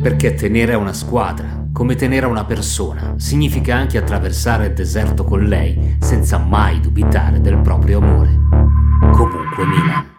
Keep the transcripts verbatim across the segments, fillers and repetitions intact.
Perché tenere a una squadra, come tenere a una persona, significa anche attraversare il deserto con lei senza mai dubitare del proprio amore. Comunque Milan.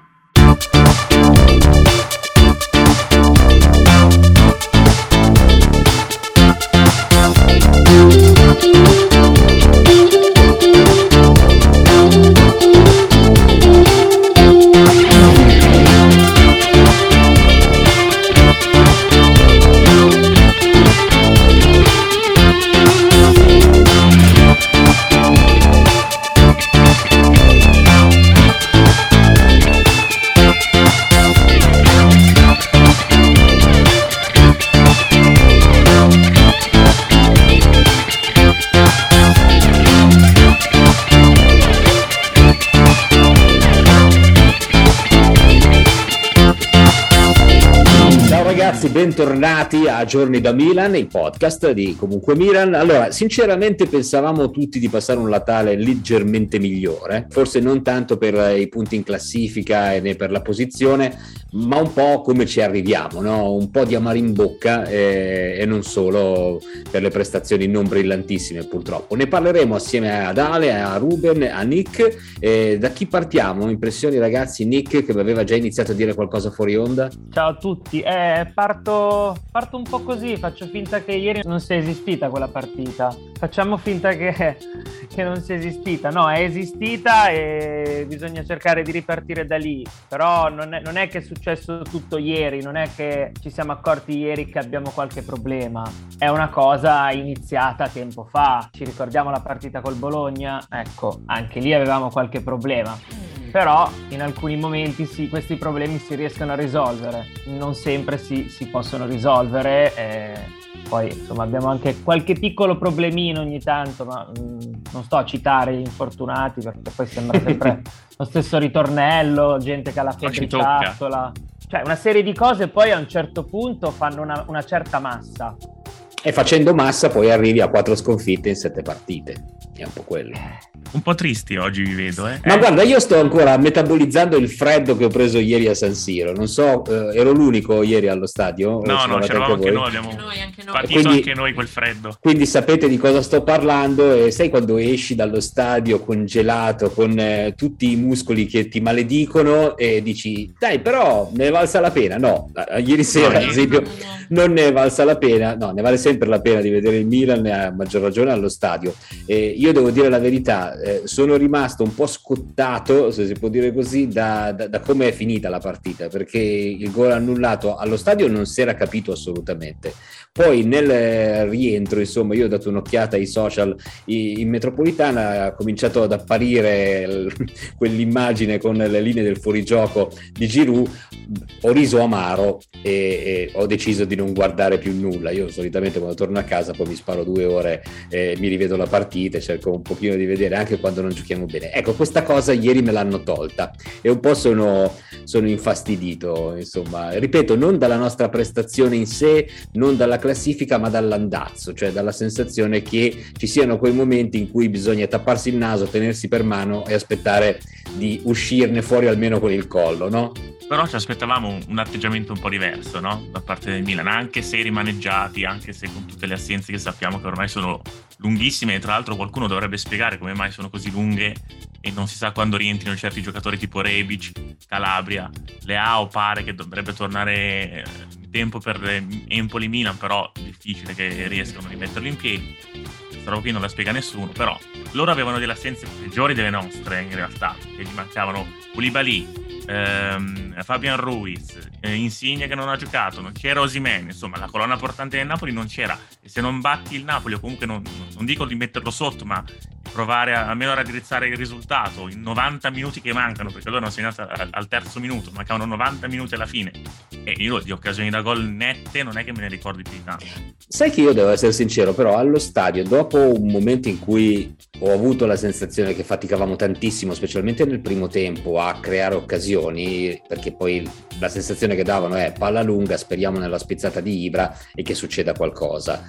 Bentornati a Giorni da Milan, il podcast di Comunque Milan. Allora, sinceramente pensavamo tutti di passare un Natale leggermente migliore, forse non tanto per i punti in classifica e né per la posizione, ma un po' come ci arriviamo, no? Un po' di amaro in bocca e, e non solo per le prestazioni non brillantissime purtroppo. Ne parleremo assieme ad Ale, a Ruben, a Nick. E da chi partiamo? Impressioni ragazzi? Nick che aveva già iniziato a dire qualcosa fuori onda. Ciao a tutti, eh, parto, parto un po' così, faccio finta che ieri non sia esistita quella partita, facciamo finta che, che non sia esistita, no è esistita e bisogna cercare di ripartire da lì, però non è, non è che è successo tutto ieri, non è che ci siamo accorti ieri che abbiamo qualche problema, è una cosa iniziata tempo fa, ci ricordiamo la partita col Bologna, ecco, anche lì avevamo qualche problema. Però in alcuni momenti sì, questi problemi si riescono a risolvere, non sempre si, si possono risolvere, eh, poi insomma abbiamo anche qualche piccolo problemino ogni tanto, ma mh, non sto a citare gli infortunati perché poi sembra sempre lo stesso ritornello, gente che ha la febbre ciattola, cioè una serie di cose poi a un certo punto fanno una, una certa massa. E facendo massa poi arrivi a quattro sconfitte in sette partite, è un po' quello. Un po' tristi oggi vi vedo, eh. Ma eh. guarda, io sto ancora metabolizzando il freddo che ho preso ieri a San Siro. Non so, eh, ero l'unico ieri allo stadio? No, no, c'eravamo anche, anche noi, abbiamo anche noi, anche noi. patito quindi, anche noi quel freddo. Quindi sapete di cosa sto parlando e sai quando esci dallo stadio congelato con eh, tutti i muscoli che ti maledicono e dici, dai però ne è valsa la pena? No, ieri sera ad esempio non ne è valsa la pena, no, ne vale sempre la pena di vedere il Milan a maggior ragione allo stadio. E io devo dire la verità, eh, sono rimasto un po' scottato, se si può dire così, da, da, da come è finita la partita, perché il gol annullato allo stadio non si era capito assolutamente. Poi nel rientro, insomma, io ho dato un'occhiata ai social in metropolitana, ha cominciato ad apparire l- quell'immagine con le linee del fuorigioco di Giroud, ho riso amaro e, e ho deciso di non guardare più nulla. Io solitamente quando torno a casa poi mi sparo due ore e mi rivedo la partita e cerco un pochino di vedere anche quando non giochiamo bene. Ecco, questa cosa ieri me l'hanno tolta e un po' sono, sono infastidito, insomma, ripeto, non dalla nostra prestazione in sé, non dalla classifica, ma dall'andazzo, cioè dalla sensazione che ci siano quei momenti in cui bisogna tapparsi il naso, tenersi per mano e aspettare di uscirne fuori almeno con il collo, no? Però ci aspettavamo un, un atteggiamento un po' diverso, no? Da parte del Milan, anche se rimaneggiati, anche se con tutte le assenze che sappiamo che ormai sono lunghissime e tra l'altro qualcuno dovrebbe spiegare come mai sono così lunghe e non si sa quando rientrino certi giocatori tipo Rebic, Calabria, Leao pare che dovrebbe tornare in tempo per Empoli-Milan, però è difficile che riescano a rimetterlo in piedi. Questa roba qui non la spiega nessuno, però loro avevano delle assenze peggiori delle nostre in realtà, che gli mancavano Koulibaly, ehm, Fabian Ruiz, eh, Insigne che non ha giocato, non c'era Osimhen, insomma la colonna portante del Napoli non c'era, e se non batti il Napoli o comunque non, non dico di metterlo sotto, ma provare a, almeno a raddrizzare il risultato in novanta minuti che mancano, perché loro hanno segnato al, al terzo minuto, mancavano novanta minuti alla fine e io di occasioni da gol nette non è che me ne ricordi più di tanto. Sai che io devo essere sincero, però allo stadio dopo un momento in cui ho avuto la sensazione che faticavamo tantissimo, specialmente nel primo tempo, a creare occasioni, perché poi la sensazione che davano è palla lunga, speriamo nella spizzata di Ibra e che succeda qualcosa.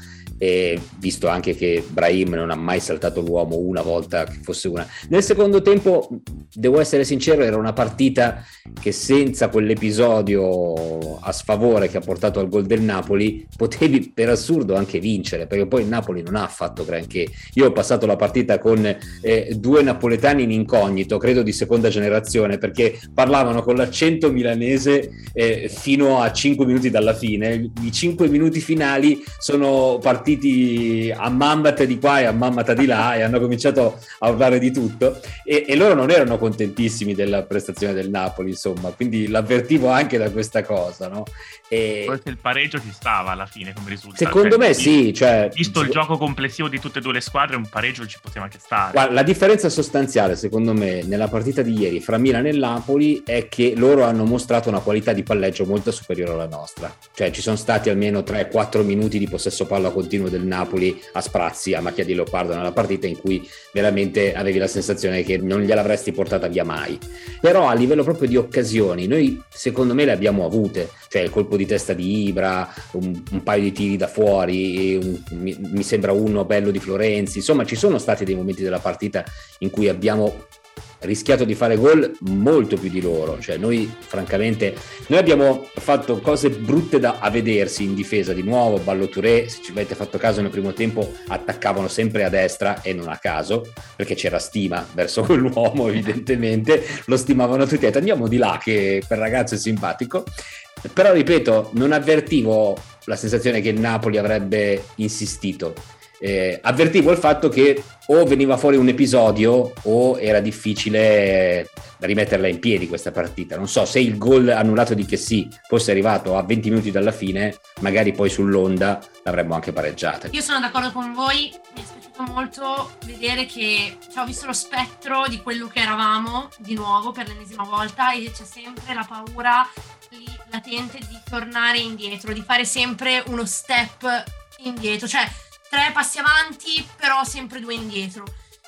E visto anche che Brahim non ha mai saltato l'uomo una volta che fosse una. Nel secondo tempo devo essere sincero, era una partita che senza quell'episodio a sfavore che ha portato al gol del Napoli potevi per assurdo anche vincere, perché poi il Napoli non ha fatto granché. Io ho passato la partita con eh, due napoletani in incognito, credo di seconda generazione, perché parlavano con l'accento milanese eh, fino a cinque minuti dalla fine. I cinque minuti finali sono partiti a mammata di qua e a mammata di là e hanno cominciato a urlare di tutto, e, e loro non erano contentissimi della prestazione del Napoli, insomma, quindi l'avvertivo anche da questa cosa, no? E... forse il pareggio ci stava alla fine come risultato. Secondo cioè, me sì, cioè, visto il gioco complessivo di tutte e due le squadre, un pareggio ci poteva anche stare. Guarda, la differenza sostanziale secondo me nella partita di ieri fra Milan e Napoli è che loro hanno mostrato una qualità di palleggio molto superiore alla nostra, cioè ci sono stati almeno tre quattro minuti di possesso palla continuo del Napoli a sprazzi, a macchia di leopardo nella partita, in cui veramente avevi la sensazione che non gliel'avresti portata via mai. Però a livello proprio di occasioni noi secondo me le abbiamo avute, cioè il colpo di testa di Ibra, un, un paio di tiri da fuori, un, mi, mi sembra uno bello di Florenzi, insomma ci sono stati dei momenti della partita in cui abbiamo rischiato di fare gol molto più di loro, cioè noi francamente noi abbiamo fatto cose brutte da a vedersi in difesa. Di nuovo Ballo Touré, se ci avete fatto caso nel primo tempo attaccavano sempre a destra e non a caso, perché c'era stima verso quell'uomo, evidentemente lo stimavano tutti, andiamo di là che quel ragazzo è simpatico. Però ripeto, non avvertivo la sensazione che il Napoli avrebbe insistito. Eh, avvertivo il fatto che o veniva fuori un episodio o era difficile rimetterla in piedi questa partita. Non so, se il gol annullato di Chessy fosse arrivato a venti minuti dalla fine, magari poi sull'onda l'avremmo anche pareggiata. Io sono d'accordo con voi, mi è piaciuto molto vedere che cioè, ho visto lo spettro di quello che eravamo di nuovo per l'ennesima volta, e c'è sempre la paura lì latente di tornare indietro, di fare sempre uno step indietro, cioè tre passi avanti però sempre due indietro,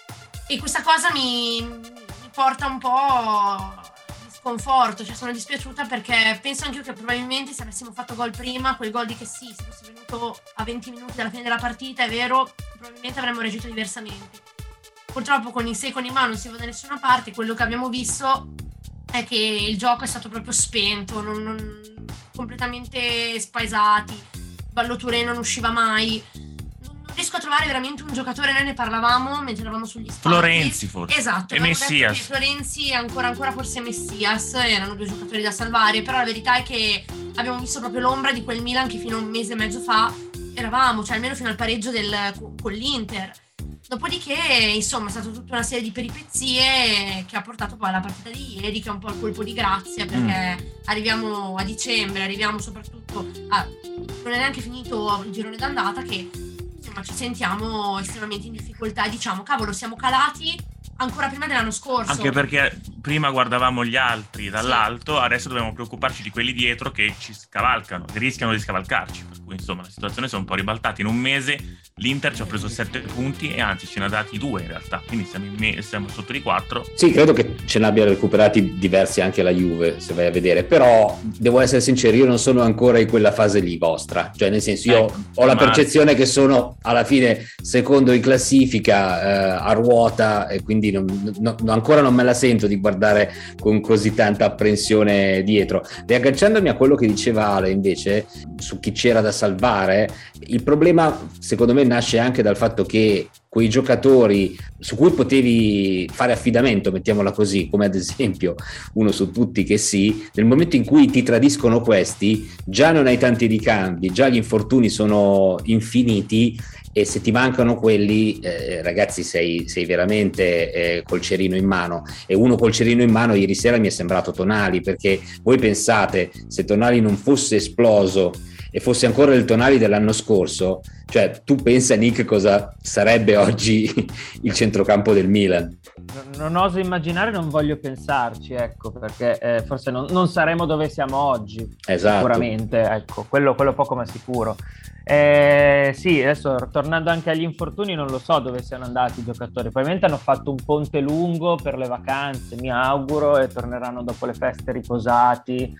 e questa cosa mi, mi porta un po' di sconforto, cioè sono dispiaciuta perché penso anche io che probabilmente se avessimo fatto gol prima, quel gol di che sì, se fosse venuto a venti minuti dalla fine della partita, è vero, probabilmente avremmo reagito diversamente. Purtroppo con il sei con in mano non si va da nessuna parte, quello che abbiamo visto è che il gioco è stato proprio spento, non, non, completamente spaesati, Ballo Touré non usciva mai. Non riesco a trovare veramente un giocatore, noi ne parlavamo mentre eravamo sugli spalti. Florenzi forse. Esatto. E Messias. Florenzi e ancora, ancora forse Messias erano due giocatori da salvare, però la verità è che abbiamo visto proprio l'ombra di quel Milan che fino a un mese e mezzo fa eravamo, cioè almeno fino al pareggio del, con l'Inter. Dopodiché, insomma, è stata tutta una serie di peripezie che ha portato poi alla partita di ieri, che è un po' il colpo di grazia, perché mm. arriviamo a dicembre, arriviamo soprattutto a... non è neanche finito il girone d'andata che, insomma, ci sentiamo estremamente in difficoltà e diciamo, cavolo, siamo calati ancora prima dell'anno scorso. Anche perché prima guardavamo gli altri dall'alto, sì. Adesso dobbiamo preoccuparci di quelli dietro che ci scavalcano, che rischiano di scavalcarci, per cui insomma la situazione si è un po' ribaltata. In un mese l'Inter ci ha preso sette punti e anzi ce ne ha dati due in realtà, quindi siamo, in me- siamo sotto di quattro. Sì, credo che ce ne abbia recuperati diversi anche la Juve, se vai a vedere, però devo essere sincero, io non sono ancora in quella fase lì vostra, cioè nel senso io ecco, ho la percezione che sono alla fine secondo in classifica eh, a ruota, e quindi non, non, ancora non me la sento di guardare con così tanta apprensione dietro. Riagganciandomi a quello che diceva Ale invece su chi c'era da salvare, il problema secondo me nasce anche dal fatto che quei giocatori su cui potevi fare affidamento, mettiamola così, come ad esempio uno su tutti che sì, nel momento in cui ti tradiscono questi, già non hai tanti ricambi, già gli infortuni sono infiniti, e se ti mancano quelli, eh, ragazzi, sei, sei veramente eh, col cerino in mano. E uno col cerino in mano ieri sera mi è sembrato Tonali, perché voi pensate, se Tonali non fosse esploso e fosse ancora il Tonali dell'anno scorso, cioè tu pensa, Nick, cosa sarebbe oggi il centrocampo del Milan? Non oso immaginare, non voglio pensarci, ecco, perché eh, forse non, non saremo dove siamo oggi. Esatto. Sicuramente, ecco, quello, quello poco ma sicuro. Eh, sì, adesso tornando anche agli infortuni, non lo so dove siano andati i giocatori. Probabilmente hanno fatto un ponte lungo per le vacanze, mi auguro, e torneranno dopo le feste riposati.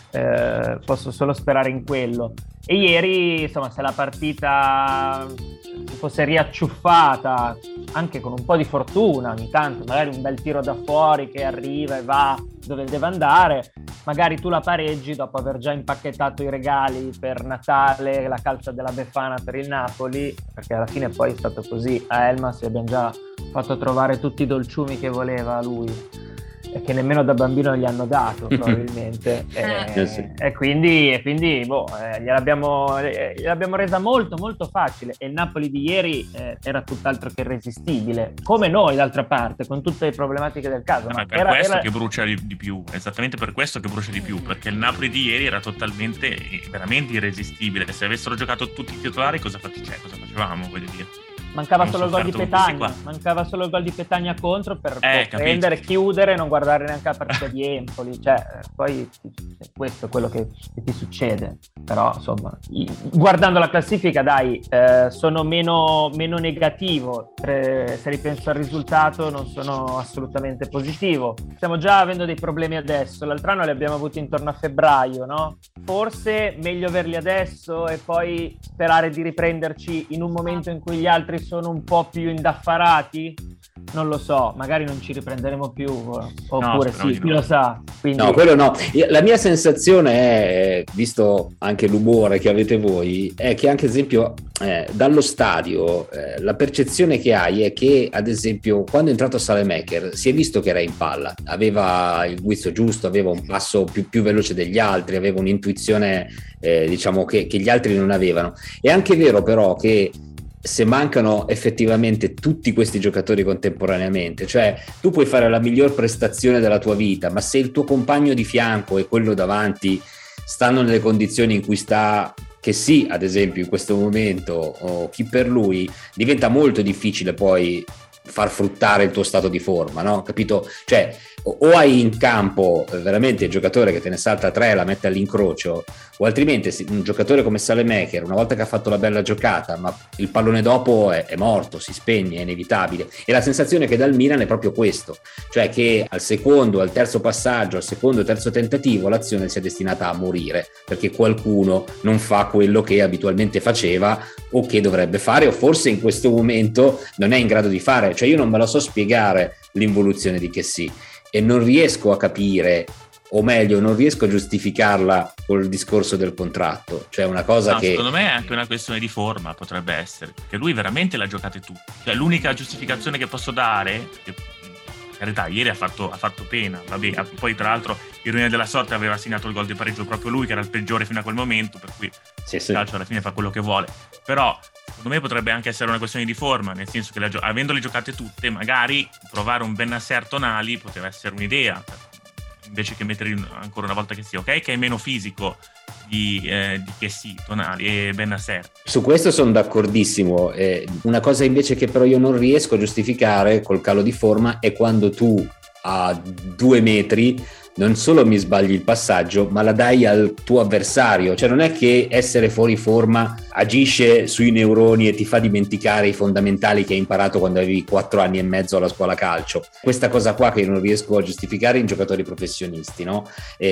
Eh, posso solo sperare in quello. E ieri, insomma, se la partita si fosse riacciuffata anche con un po' di fortuna, ogni tanto, magari un bel tiro da fuori che arriva e va dove deve andare, magari tu la pareggi dopo aver già impacchettato i regali per Natale, la calza della Befana per il Napoli, perché alla fine poi è stato così. A Elmas abbiamo già fatto trovare tutti i dolciumi che voleva lui e che nemmeno da bambino gli hanno dato probabilmente. e, eh sì. e quindi, e quindi boh, eh, gliel'abbiamo, eh, gliel'abbiamo resa molto molto facile, e il Napoli di ieri eh, era tutt'altro che irresistibile, come noi d'altra parte, con tutte le problematiche del caso. No, ma è per era, questo era... che brucia di, di più, esattamente per questo che brucia di più, perché il Napoli di ieri era totalmente, veramente irresistibile. Se avessero giocato tutti i titolari, cosa, fac- cioè, cosa facevamo, voglio dire? Mancava Non solo il gol di Petagna, qua. mancava solo il gol di Petagna contro per Eh, prendere, capito. chiudere e non guardare neanche la partita di Empoli. Cioè, poi questo è quello che, che ti succede. Però, insomma, guardando la classifica, dai, eh, sono meno, meno negativo. Se ripenso al risultato, non sono assolutamente positivo. Stiamo già avendo dei problemi adesso. L'altro anno li abbiamo avuti intorno a febbraio, no? Forse meglio averli adesso e poi sperare di riprenderci in un momento in cui gli altri sono un po' più indaffarati. Non lo so, magari non ci riprenderemo più, oppure no, sì, chi no. lo sa. Quindi... No, quello no. La mia sensazione è, visto anche l'umore che avete voi, è che anche ad esempio eh, dallo stadio eh, la percezione che hai è che ad esempio quando è entrato Salemaker si è visto che era in palla, aveva il guizzo giusto, aveva un passo più, più veloce degli altri, aveva un'intuizione eh, diciamo che, che gli altri non avevano. È anche vero però che se mancano effettivamente tutti questi giocatori contemporaneamente, cioè tu puoi fare la miglior prestazione della tua vita, ma se il tuo compagno di fianco e quello davanti stanno nelle condizioni in cui sta, che sì, ad esempio in questo momento, o chi per lui, diventa molto difficile poi far fruttare il tuo stato di forma, no? Capito? Cioè o hai in campo veramente il giocatore che te ne salta tre e la mette all'incrocio, o altrimenti un giocatore come Salemaker, una volta che ha fatto la bella giocata, ma il pallone dopo è, è morto, si spegne, è inevitabile. E la sensazione che dà il Milan è proprio questo, cioè che al secondo, al terzo passaggio, al secondo, terzo tentativo l'azione sia destinata a morire, perché qualcuno non fa quello che abitualmente faceva o che dovrebbe fare, o forse in questo momento non è in grado di fare. Cioè io non me la so spiegare l'involuzione di Kessie e non riesco a capire, o meglio non riesco a giustificarla col discorso del contratto, cioè una cosa no, che secondo me è anche una questione di forma, potrebbe essere, che lui veramente l'ha giocate tutte, cioè l'unica giustificazione che posso dare, che in carità ieri ha fatto, ha fatto pena, vabbè, poi tra l'altro ironia della sorte aveva segnato il gol di pareggio proprio lui che era il peggiore fino a quel momento, per cui sì, il sì. calcio alla fine fa quello che vuole, però secondo me potrebbe anche essere una questione di forma, nel senso che la, avendole giocate tutte, magari provare un Bennacer Tonali poteva essere un'idea, invece che mettere ancora una volta Kessie, ok, che è meno fisico di, eh, di Kessie, Tonali e Bennacer. Su questo sono d'accordissimo. Eh, una cosa invece che però io non riesco a giustificare col calo di forma è quando tu a due metri non solo mi sbagli il passaggio, ma la dai al tuo avversario. Cioè non è che essere fuori forma agisce sui neuroni e ti fa dimenticare i fondamentali che hai imparato quando avevi quattro anni e mezzo alla scuola calcio. Questa cosa qua che io non riesco a giustificare in giocatori professionisti, no?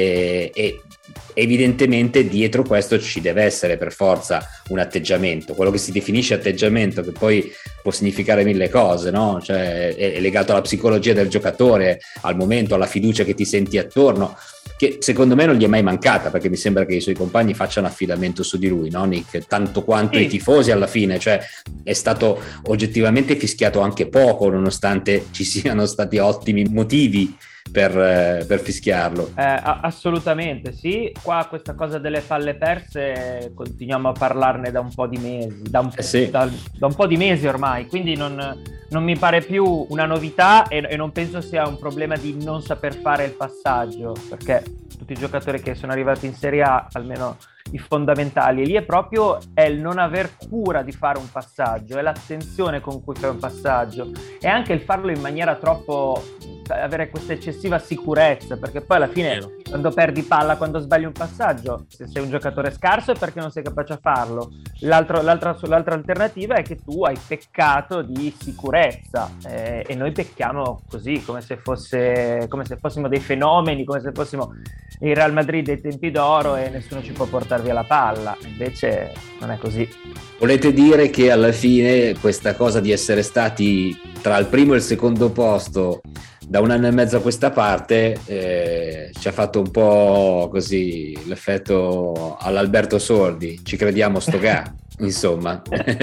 E, e evidentemente dietro questo ci deve essere per forza un atteggiamento, quello che si definisce atteggiamento, che poi può significare mille cose, no? Cioè è, è legato alla psicologia del giocatore, al momento, alla fiducia che ti senti attorno, che secondo me non gli è mai mancata, perché mi sembra che i suoi compagni facciano affidamento su di lui, no Nick? Tanto quanto sì. I tifosi alla fine, cioè è stato oggettivamente fischiato anche poco, nonostante ci siano stati ottimi motivi per, eh, per fischiarlo. Eh, assolutamente sì, qua questa cosa delle palle perse continuiamo a parlarne da un po' di mesi, da un, eh sì. da, da un po' di mesi ormai, quindi non, non mi pare più una novità e, e non penso sia un problema di non saper fare il passaggio, perché tutti i giocatori che sono arrivati in Serie A, almeno i fondamentali, e lì è proprio è il non aver cura di fare un passaggio, è l'attenzione con cui fai un passaggio, e anche il farlo in maniera troppo, avere questa eccessiva sicurezza, perché poi alla fine quando perdi palla, quando sbagli un passaggio, se sei un giocatore scarso è perché non sei capace a farlo. L'altro, l'altra, l'altra alternativa è che tu hai peccato di sicurezza, eh, e noi pecchiamo così, come se fosse come se fossimo dei fenomeni, come se fossimo il Real Madrid dei tempi d'oro e nessuno ci può portare via la palla. Invece non è così. Volete dire che alla fine questa cosa di essere stati tra il primo e il secondo posto da un anno e mezzo a questa parte eh, ci ha fatto un po' così l'effetto all'Alberto Sordi, ci crediamo sto ga, insomma.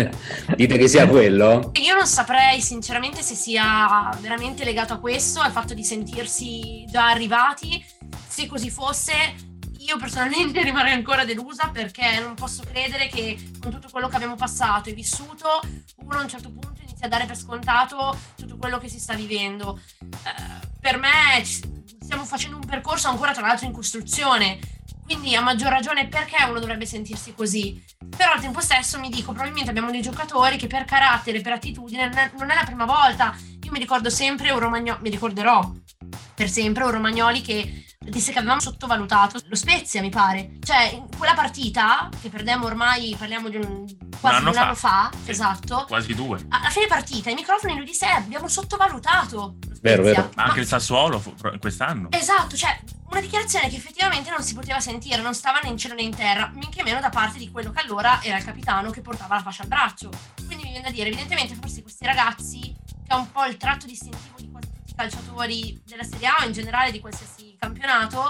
Dite che sia quello? Io non saprei sinceramente se sia veramente legato a questo, al fatto di sentirsi già arrivati. Se così fosse, io personalmente rimarrei ancora delusa, perché non posso credere che con tutto quello che abbiamo passato e vissuto, uno a un certo punto inizia a dare per scontato tutto quello che si sta vivendo. Eh, per me stiamo facendo un percorso ancora tra l'altro in costruzione, quindi a maggior ragione perché uno dovrebbe sentirsi così. Però al tempo stesso mi dico, probabilmente abbiamo dei giocatori che per carattere, per attitudine, non è, non è la prima volta. Io mi ricordo sempre un Romagnoli, mi ricorderò per sempre un Romagnoli che disse che avevamo sottovalutato lo Spezia, mi pare. Cioè, in quella partita che perdemmo ormai, parliamo di un quasi un anno, un anno fa, fa sì, esatto. Quasi due. Alla fine partita, ai microfoni lui disse: eh, abbiamo sottovalutato lo Spezia. Vero, vero. Ma anche Ma... il Sassuolo quest'anno. Esatto, cioè una dichiarazione che effettivamente non si poteva sentire, non stava né in cielo né in terra, minché meno da parte di quello che allora era il capitano che portava la fascia al braccio. Quindi mi viene da dire, evidentemente forse questi ragazzi, che è un po' il tratto distintivo di quasi tutti i calciatori della Serie A o in generale di qualsiasi campionato,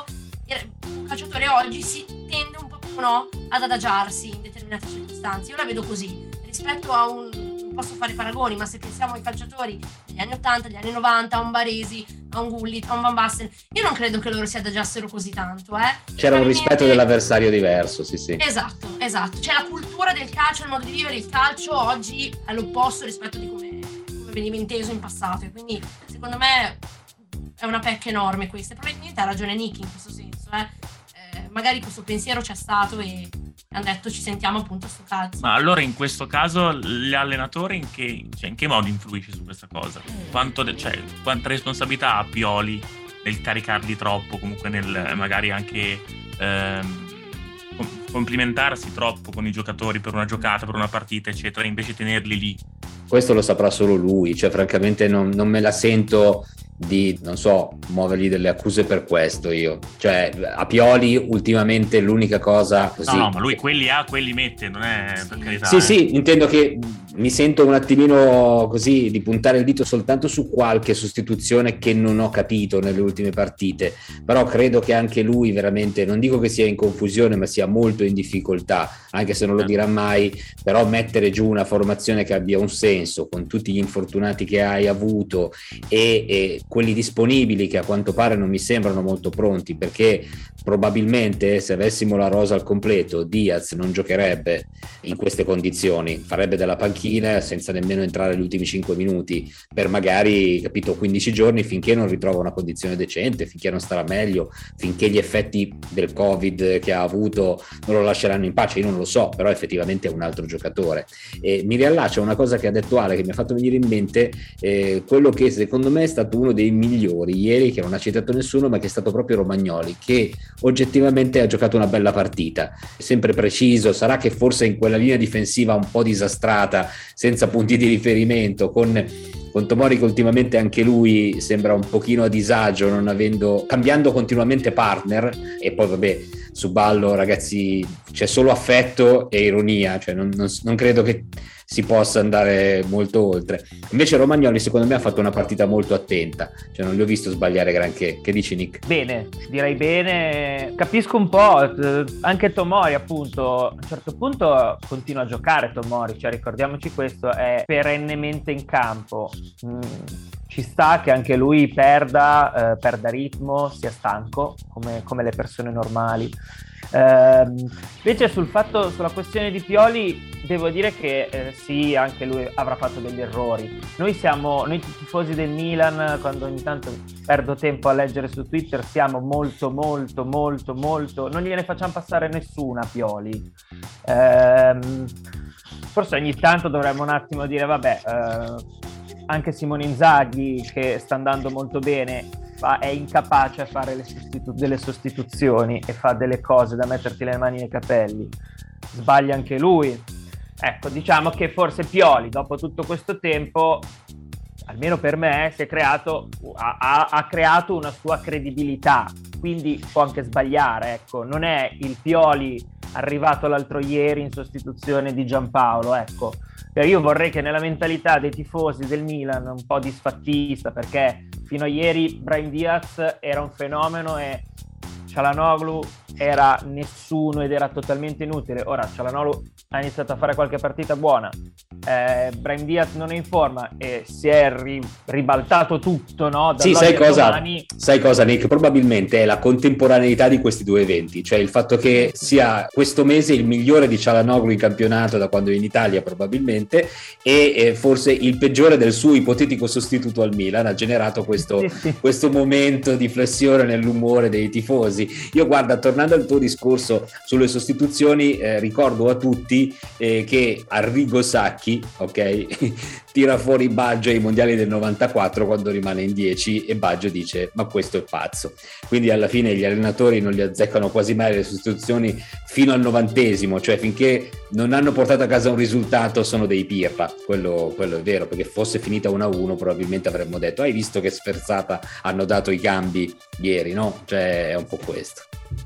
un calciatore oggi si tende un po' più, no, ad adagiarsi in determinate circostanze. Io la vedo così, rispetto a un, non posso fare paragoni, ma se pensiamo ai calciatori degli anni ottanta, degli anni novanta, a un Baresi, a un Gullit, a un Van Basten, io non credo che loro si adagiassero così tanto, eh. C'era un rispetto dell'avversario diverso, sì sì. Esatto, esatto. Cioè la cultura del calcio, il modo di vivere il calcio oggi è all'opposto rispetto di come, come veniva inteso in passato, e quindi secondo me è una pecca enorme questa. Probabilmente ha ragione Nicky in questo senso, eh. Eh, magari questo pensiero c'è stato e hanno detto ci sentiamo appunto a sto calcio. Ma allora in questo caso l'allenatore in che, cioè, in che modo influisce su questa cosa? Quanto, cioè, quanta responsabilità ha Pioli nel caricarli troppo, comunque nel magari anche ehm, complimentarsi troppo con i giocatori per una giocata, per una partita eccetera, invece tenerli lì? Questo lo saprà solo lui, cioè francamente non, non me la sento di, non so, muovergli delle accuse per questo io. Cioè a Pioli ultimamente l'unica cosa così... No, no, ma lui quelli ha, quelli mette, non è per carità. Sì, eh. sì, intendo che mi sento un attimino così di puntare il dito soltanto su qualche sostituzione che non ho capito nelle ultime partite, però credo che anche lui veramente, non dico che sia in confusione, ma sia molto in difficoltà, anche se non lo dirà mai, però mettere giù una formazione che abbia un senso, con tutti gli infortunati che hai avuto e, e quelli disponibili che a quanto pare non mi sembrano molto pronti, perché probabilmente se avessimo la rosa al completo Diaz non giocherebbe in queste condizioni, farebbe della panchina senza nemmeno entrare gli ultimi cinque minuti per magari, capito, quindici giorni, finché non ritrova una condizione decente, finché non starà meglio, finché gli effetti del Covid che ha avuto non lo lasceranno in pace. Io non lo so, però effettivamente è un altro giocatore. E mi riallaccia una cosa che ha detto Ale, che mi ha fatto venire in mente eh, quello che secondo me è stato uno dei migliori ieri, che non ha citato nessuno, ma che è stato proprio Romagnoli, che oggettivamente ha giocato una bella partita, sempre preciso. Sarà che forse in quella linea difensiva un po' disastrata, senza punti di riferimento, con, con Tomori che ultimamente anche lui sembra un pochino a disagio, non avendo, cambiando continuamente partner, e poi vabbè su ballo ragazzi c'è solo affetto e ironia, cioè non, non, non credo che si possa andare molto oltre. Invece Romagnoli secondo me ha fatto una partita molto attenta, cioè non li ho visto sbagliare granché. Che dici Nick? Bene, direi bene. Capisco un po', anche Tomori appunto a un certo punto continua a giocare Tomori, cioè ricordiamoci questo, è perennemente in campo. mm. Ci sta che anche lui perda, eh, perda ritmo, sia stanco come, come le persone normali. Eh, invece sul fatto, sulla questione di Pioli, devo dire che eh, sì, anche lui avrà fatto degli errori. Noi siamo, noi tifosi del Milan, quando ogni tanto perdo tempo a leggere su Twitter, siamo molto, molto, molto, molto, non gliene facciamo passare nessuna a Pioli. Eh, forse ogni tanto dovremmo un attimo dire, vabbè, eh, anche Simone Inzaghi, che sta andando molto bene, fa, è incapace a fare le sostitu- delle sostituzioni e fa delle cose da metterti le mani nei capelli. Sbaglia anche lui. Ecco, diciamo che forse Pioli, dopo tutto questo tempo, almeno per me, si è creato, ha, ha, ha creato una sua credibilità, quindi può anche sbagliare, ecco. Non è il Pioli arrivato l'altro ieri in sostituzione di Giampaolo, ecco. Io vorrei che nella mentalità dei tifosi del Milan, un po' disfattista, perché fino a ieri Brahim Diaz era un fenomeno e Çalhanoğlu era nessuno ed era totalmente inutile. Ora Çalhanoğlu ha iniziato a fare qualche partita buona, eh, Brahim Diaz non è in forma e si è ri- ribaltato tutto, no? Sì, sai cosa, domani... sai cosa Nick? Probabilmente è la contemporaneità di questi due eventi, cioè il fatto che sia questo mese il migliore di Çalhanoğlu in campionato da quando è in Italia probabilmente e eh, forse il peggiore del suo ipotetico sostituto al Milan ha generato questo, sì, sì. questo momento di flessione nell'umore dei tifosi. Io guarda, tornando al tuo discorso sulle sostituzioni, eh, ricordo a tutti eh, che Arrigo Sacchi, ok, tira fuori Baggio ai mondiali del novantaquattro quando rimane in dieci e Baggio dice ma questo è pazzo, quindi alla fine gli allenatori non gli azzeccano quasi mai le sostituzioni fino al novantesimo, cioè finché non hanno portato a casa un risultato sono dei pirla, quello, quello è vero, perché fosse finita uno a uno probabilmente avremmo detto hai visto che sferzata hanno dato i cambi ieri, no? Cioè è un po' questo.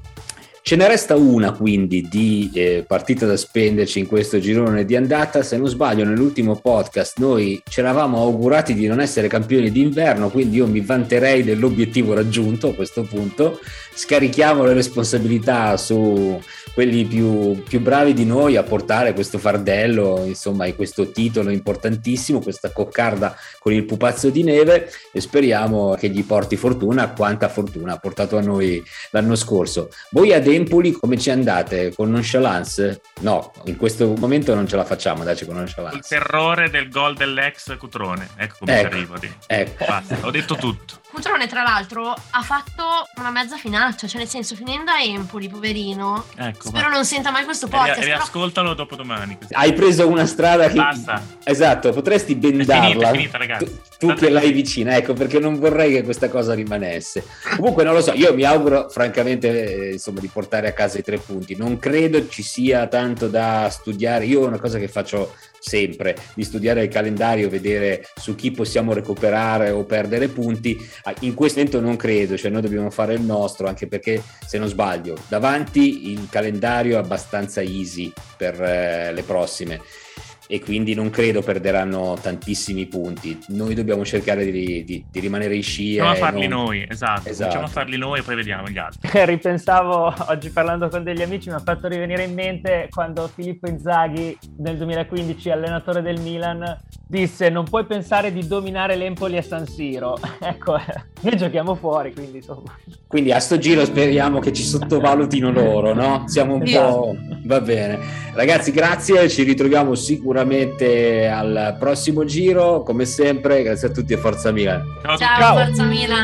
Ce ne resta una quindi di eh, partita da spenderci in questo girone di andata. Se non sbaglio nell'ultimo podcast noi ci eravamo augurati di non essere campioni d'inverno, quindi io mi vanterei dell'obiettivo raggiunto a questo punto. Scarichiamo le responsabilità su quelli più, più bravi di noi a portare questo fardello, insomma, e questo titolo importantissimo, questa coccarda con il pupazzo di neve, e speriamo che gli porti fortuna quanta fortuna ha portato a noi l'anno scorso. Voi ad Empoli come ci andate? Con nonchalance? No, in questo momento non ce la facciamo, dai, con nonchalance. Il terrore del gol dell'ex Cutrone, ecco come ecco, ci arrivo. Ecco. Basta, ho detto tutto. Cutrone tra l'altro ha fatto una mezza finaccia, cioè nel senso finendo a Empoli, poverino, ecco, spero ma... non senta mai questo podcast. E riascoltalo dopo domani. Hai preso una strada che... Basta. Esatto, potresti bendarla. È finita, è finita, ragazzi. Tu, tu che l'hai vicina, ecco, perché non vorrei che questa cosa rimanesse. Comunque non lo so, io mi auguro francamente eh, insomma di portare a casa i tre punti. Non credo ci sia tanto da studiare. Io una cosa che faccio sempre, di studiare il calendario, vedere su chi possiamo recuperare o perdere punti. In questo momento non credo, cioè noi dobbiamo fare il nostro, anche perché se non sbaglio davanti il calendario è abbastanza easy per eh, le prossime e quindi non credo perderanno tantissimi punti. Noi dobbiamo cercare di, di, di rimanere in scia. Cominciamo a farli non... noi, esatto. esatto. Cominciamo a farli noi e poi vediamo gli altri. Ripensavo, oggi parlando con degli amici, mi ha fatto rivenire in mente quando Filippo Inzaghi, nel duemilaquindici, allenatore del Milan, disse non puoi pensare di dominare l'Empoli a San Siro. Ecco, noi giochiamo fuori, quindi insomma. Quindi a sto giro speriamo che ci sottovalutino loro, no? Siamo un po'... Va bene. Ragazzi, grazie, ci ritroviamo sicuramente al prossimo giro, come sempre, grazie a tutti e forza Milan. Ciao, Ciao. Forza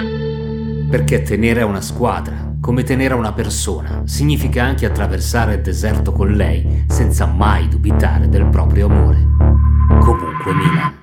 Milan. Perché tenere a una squadra, come tenere a una persona, significa anche attraversare il deserto con lei senza mai dubitare del proprio amore. Comunque Milan.